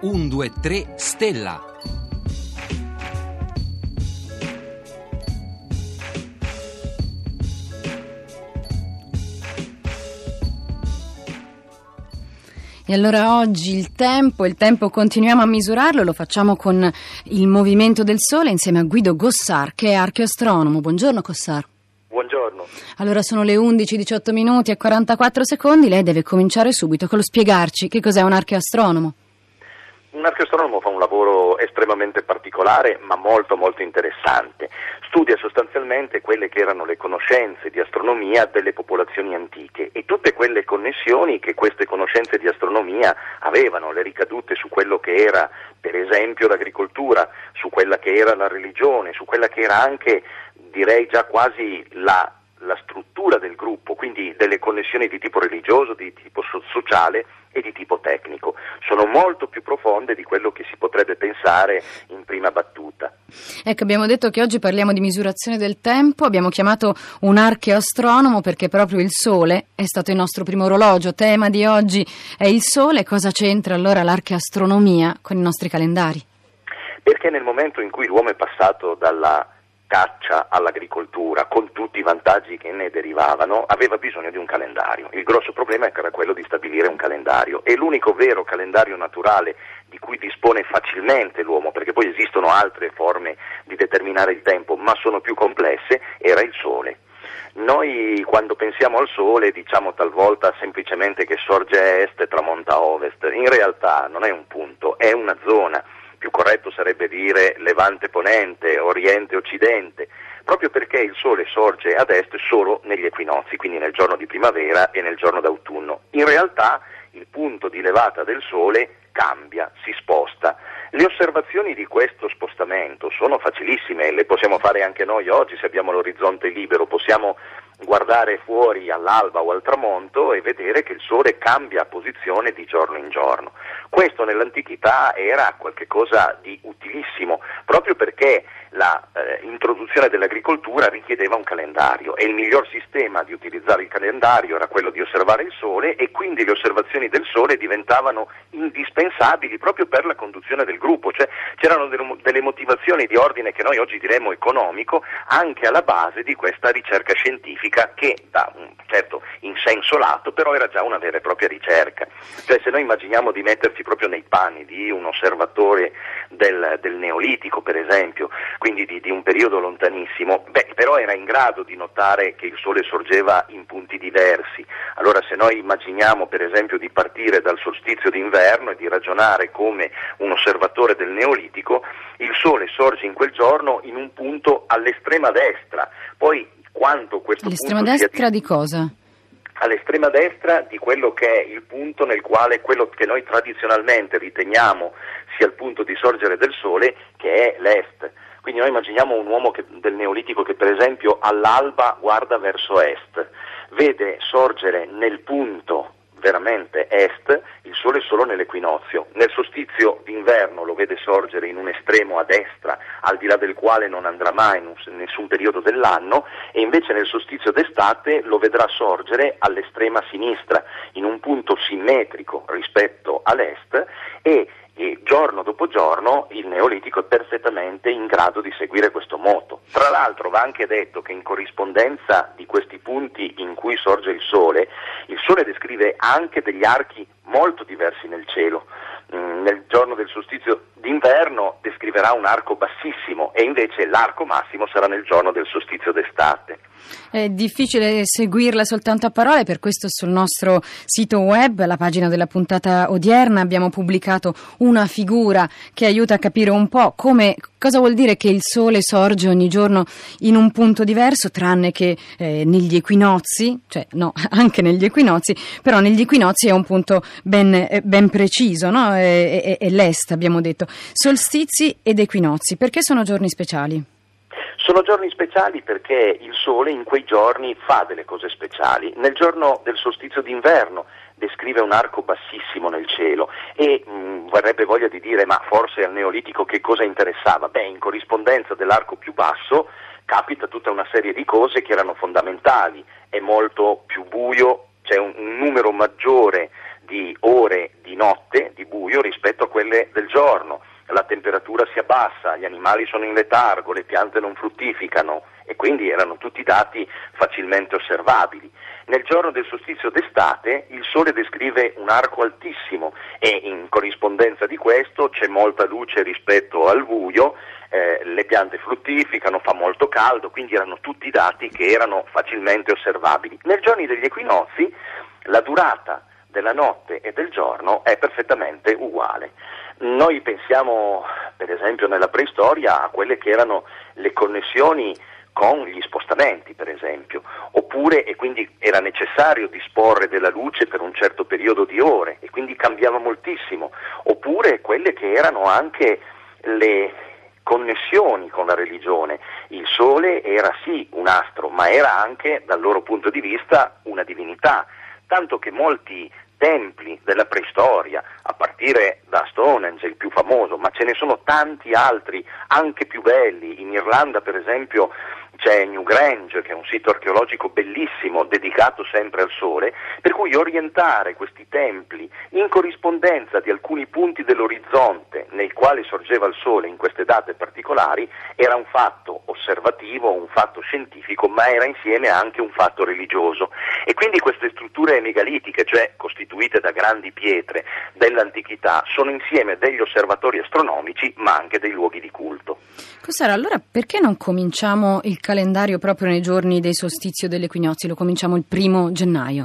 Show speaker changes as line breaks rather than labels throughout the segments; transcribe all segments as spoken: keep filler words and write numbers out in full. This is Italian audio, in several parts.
uno due tre Stella.
E allora oggi il tempo, il tempo continuiamo a misurarlo, lo facciamo con il movimento del Sole insieme a Guido Gossar, che è archeoastronomo. Buongiorno Gossar.
Buongiorno.
Allora sono le undici diciotto minuti e quarantaquattro secondi, lei deve cominciare subito con lo spiegarci che cos'è un archeoastronomo.
Un archeoastronomo fa un lavoro estremamente particolare ma molto molto interessante. Studia sostanzialmente quelle che erano le conoscenze di astronomia delle popolazioni antiche e tutte quelle connessioni che queste conoscenze di astronomia avevano, le ricadute su quello che era per esempio l'agricoltura, su quella che era la religione, su quella che era anche, direi già quasi la la struttura del gruppo, quindi delle connessioni di tipo religioso, di tipo so- sociale e di tipo tecnico. Sono molto più profonde di quello che si potrebbe pensare in prima battuta.
Ecco, abbiamo detto che oggi parliamo di misurazione del tempo, abbiamo chiamato un archeoastronomo perché proprio il Sole è stato il nostro primo orologio. Tema di oggi è il Sole. Cosa c'entra allora l'archeoastronomia con i nostri calendari?
Perché nel momento in cui l'uomo è passato dalla caccia all'agricoltura, con tutti i vantaggi che ne derivavano, aveva bisogno di un calendario. Il grosso problema era quello di stabilire un calendario e l'unico vero calendario naturale di cui dispone facilmente l'uomo, perché poi esistono altre forme di determinare il tempo, ma sono più complesse, era il Sole. Noi quando pensiamo al Sole diciamo talvolta semplicemente che sorge a est e tramonta a ovest, in realtà non è un punto, è una zona. Più corretto sarebbe dire levante-ponente, oriente-occidente, proprio perché il Sole sorge ad est solo negli equinozi, quindi nel giorno di primavera e nel giorno d'autunno. In realtà il punto di levata del Sole cambia, si sposta. Le osservazioni di questo spostamento sono facilissime, le possiamo fare anche noi oggi se abbiamo l'orizzonte libero, possiamo guardare fuori all'alba o al tramonto e vedere che il Sole cambia posizione di giorno in giorno. Questo nell'antichità era qualcosa di utilissimo, proprio perché la eh, introduzione dell'agricoltura richiedeva un calendario e il miglior sistema di utilizzare il calendario era quello di osservare il Sole e quindi le osservazioni del Sole diventavano indispensabili proprio per la conduzione del gruppo, cioè c'erano delle, delle motivazioni di ordine che noi oggi diremmo economico anche alla base di questa ricerca scientifica che da un certo in senso lato però era già una vera e propria ricerca, cioè se noi immaginiamo di metterci proprio nei panni di un osservatore del, del Neolitico per esempio, quindi di, di un periodo lontanissimo, beh, però era in grado di notare che il Sole sorgeva in punti diversi. Allora se noi immaginiamo per esempio di partire dal solstizio d'inverno e di ragionare come un osservatore del Neolitico, il Sole sorge in quel giorno in un punto all'estrema destra, poi quanto questo
all'estrema
punto
destra
sia di...
di cosa?
All'estrema destra di quello che è il punto nel quale quello che noi tradizionalmente riteniamo sia il punto di sorgere del Sole, che è l'est. Quindi noi immaginiamo un uomo che, del Neolitico che per esempio all'alba guarda verso est, vede sorgere nel punto veramente est il Sole solo nell'equinozio, nel solstizio d'inverno lo vede sorgere in un estremo a destra, al di là del quale non andrà mai in un, nessun periodo dell'anno, e invece nel solstizio d'estate lo vedrà sorgere all'estrema sinistra, in un punto simmetrico rispetto all'est, e E giorno dopo giorno il Neolitico è perfettamente in grado di seguire questo moto. Tra l'altro va anche detto che in corrispondenza di questi punti in cui sorge il Sole, il Sole descrive anche degli archi molto diversi nel cielo. Mm, nel giorno del solstizio d'inverno descriverà un arco bassissimo e invece l'arco massimo sarà nel giorno del solstizio d'estate.
È difficile seguirla soltanto a parole, per questo sul nostro sito web, la pagina della puntata odierna, abbiamo pubblicato una figura che aiuta a capire un po' come, cosa vuol dire che il Sole sorge ogni giorno in un punto diverso, tranne che eh, negli equinozi, cioè no, anche negli equinozi, però negli equinozi è un punto ben, eh, ben preciso, no? È, è, è l'est, abbiamo detto. Solstizi ed equinozi, perché sono giorni speciali?
Sono giorni speciali perché il Sole in quei giorni fa delle cose speciali. Nel giorno del solstizio d'inverno descrive un arco bassissimo nel cielo e mh, vorrebbe voglia di dire ma forse al Neolitico che cosa interessava? Beh, in corrispondenza dell'arco più basso capita tutta una serie di cose che erano fondamentali, è molto più buio, c'è un, un numero maggiore di ore di notte, di buio, rispetto a quello quelle del giorno, la temperatura si abbassa, gli animali sono in letargo, le piante non fruttificano, e quindi erano tutti dati facilmente osservabili. Nel giorno del solstizio d'estate il sole descrive un arco altissimo e in corrispondenza di questo c'è molta luce rispetto al buio, eh, le piante fruttificano, fa molto caldo, quindi erano tutti dati che erano facilmente osservabili. Nei giorni degli equinozi la durata della notte e del giorno è perfettamente uguale. Noi pensiamo, per esempio, nella preistoria a quelle che erano le connessioni con gli spostamenti, per esempio, oppure, e quindi era necessario disporre della luce per un certo periodo di ore, e quindi cambiava moltissimo, oppure quelle che erano anche le connessioni con la religione. Il sole era sì un astro, ma era anche, dal loro punto di vista, una divinità, tanto che molti templi della preistoria, a partire da Stonehenge, il più famoso, ma ce ne sono tanti altri, anche più belli. In Irlanda, per esempio, c'è Newgrange, che è un sito archeologico bellissimo, dedicato sempre al sole, per cui orientare questi templi in corrispondenza di alcuni punti dell'orizzonte nei quali sorgeva il sole in queste date particolari era un fatto osservativo, un fatto scientifico, ma era insieme anche un fatto religioso. E quindi queste strutture megalitiche, cioè costituite da grandi pietre dell'antichità, sono insieme degli osservatori astronomici, ma anche dei luoghi di culto.
Cossaro, allora perché non cominciamo il calendario proprio nei giorni dei solstizio dell'equinozio? Lo cominciamo il primo gennaio?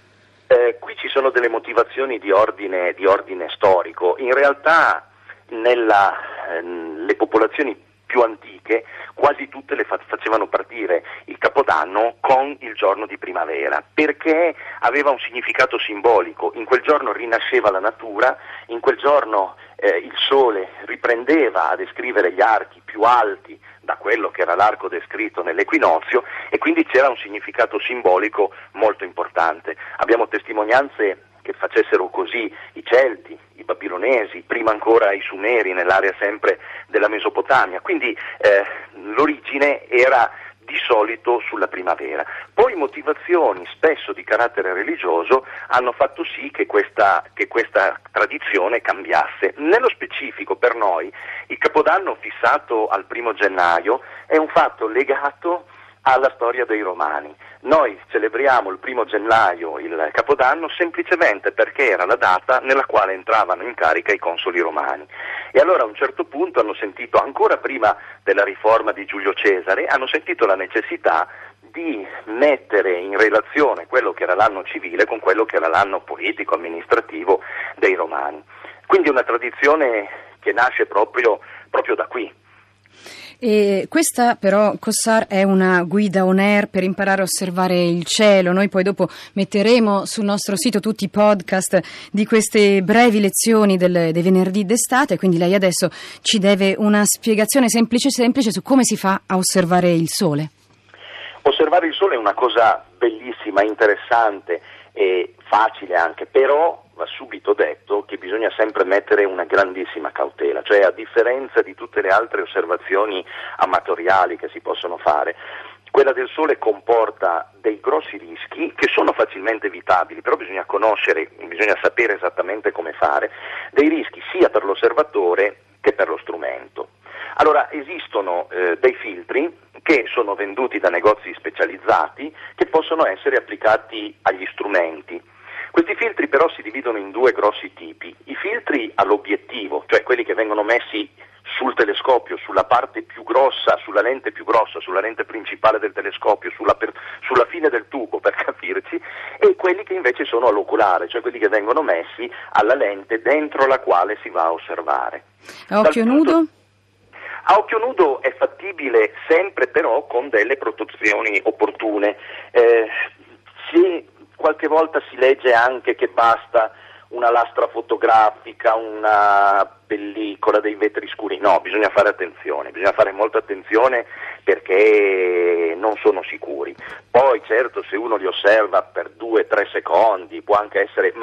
Eh, qui ci sono delle motivazioni di ordine, di ordine storico. In realtà nella, eh, le popolazioni più antiche quasi tutte le fa- facevano partire il Capodanno con il giorno di primavera, perché aveva un significato simbolico. In quel giorno rinasceva la natura, in quel giorno eh, il sole riprendeva a descrivere gli archi più alti da quello che era l'arco descritto nell'equinozio, e quindi c'era un significato simbolico molto importante. Abbiamo testimonianze che facessero così i Celti, i Babilonesi, prima ancora i Sumeri nell'area sempre della Mesopotamia, quindi eh, l'origine era di solito sulla primavera. Poi motivazioni spesso di carattere religioso hanno fatto sì che questa, che questa tradizione cambiasse. Nello specifico per noi il Capodanno fissato al primo gennaio è un fatto legato alla storia dei Romani. Noi celebriamo il primo gennaio il Capodanno semplicemente perché era la data nella quale entravano in carica i consoli romani. E allora a un certo punto hanno sentito, ancora prima della riforma di Giulio Cesare, hanno sentito la necessità di mettere in relazione quello che era l'anno civile con quello che era l'anno politico, amministrativo dei Romani. Quindi una tradizione che nasce proprio, proprio da qui.
E questa però, Cossar, è una guida on air per imparare a osservare il cielo. Noi poi dopo metteremo sul nostro sito tutti i podcast di queste brevi lezioni del, dei venerdì d'estate, quindi lei adesso ci deve una spiegazione semplice semplice su come si fa a osservare il sole.
Osservare il sole è una cosa bellissima, interessante e facile anche, però va subito detto che bisogna sempre mettere una grandissima cautela, cioè a differenza di tutte le altre osservazioni amatoriali che si possono fare, quella del sole comporta dei grossi rischi che sono facilmente evitabili, però bisogna conoscere, bisogna sapere esattamente come fare, dei rischi sia per l'osservatore che per lo strumento. Allora esistono eh, dei filtri che sono venduti da negozi specializzati che possono essere applicati agli strumenti. Questi filtri però si dividono in due grossi tipi: i filtri all'obiettivo, cioè quelli che vengono messi sul telescopio, sulla parte più grossa, sulla lente più grossa, sulla lente principale del telescopio, sulla, per, sulla fine del tubo per capirci, e quelli che invece sono all'oculare, cioè quelli che vengono messi alla lente dentro la quale si va a osservare.
A occhio
Dal
nudo?
Punto... A occhio nudo è fattibile sempre però con delle protezioni opportune. Eh, se qualche volta si legge anche che basta una lastra fotografica, una pellicola, dei vetri scuri, no, bisogna fare attenzione, bisogna fare molta attenzione perché non sono sicuri. Poi certo se uno li osserva per due tre secondi può anche essere, ma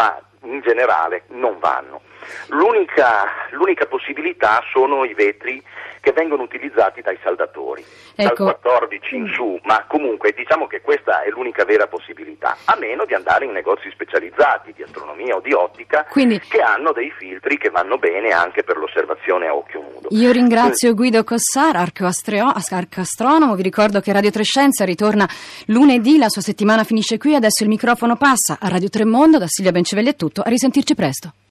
in generale non vanno. L'unica, l'unica possibilità sono i vetri che vengono utilizzati dai saldatori,
ecco.
dal quattordici in su, ma comunque diciamo che questa è l'unica vera possibilità, a meno di andare in negozi specializzati di astronomia o di ottica,
Quindi,
che hanno dei filtri che vanno bene anche per l'osservazione a occhio nudo.
Io ringrazio Guido Cossar, arcoastreo- arcoastronomo, vi ricordo che Radio Trescenza ritorna lunedì, la sua settimana finisce qui, adesso il microfono passa a Radio Tremondo, da Silvia Bencivelli è tutto, a risentirci presto.